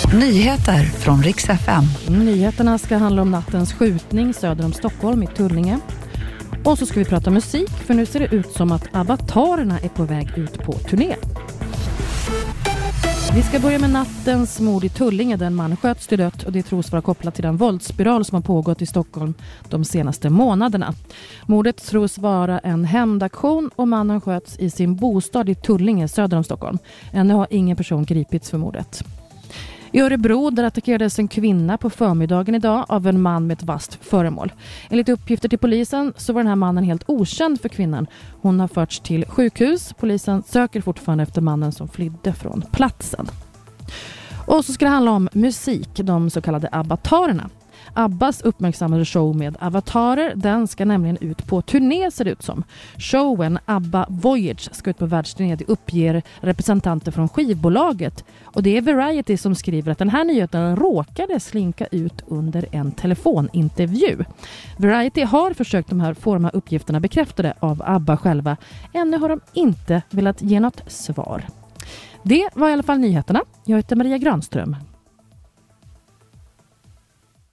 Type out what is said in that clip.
Nyheter från Rix FM. Nyheterna ska handla om nattens skjutning söder om Stockholm i Tullinge. Och så ska vi prata musik, för nu ser det ut som att Avatarerna är på väg ut på turné. Vi ska börja med nattens mord i Tullinge. Den man sköts till dött och det tros vara kopplat till den våldsspiral som har pågått i Stockholm de senaste månaderna. Mordet tros vara en hämndaktion och mannen sköts i sin bostad i Tullinge söder om Stockholm. Ännu har ingen person gripits för mordet. I Örebro där attackerades en kvinna på förmiddagen idag av en man med ett vasst föremål. Enligt uppgifter till polisen så var den här mannen helt okänd för kvinnan. Hon har förts till sjukhus. Polisen söker fortfarande efter mannen som flydde från platsen. Och så ska det handla om musik, de så kallade Avatarerna. Abbas uppmärksammade show med avatarer, den ska nämligen ut på turné ser det ut som. Showen ABBA Voyage ska ut på världsturné, det uppger representanter från skivbolaget. Och det är Variety som skriver att den här nyheten råkade slinka ut under en telefonintervju. Variety har försökt få de här uppgifterna bekräftade av ABBA själva. Ännu har de inte velat ge något svar. Det var i alla fall nyheterna. Jag heter Maria Granström.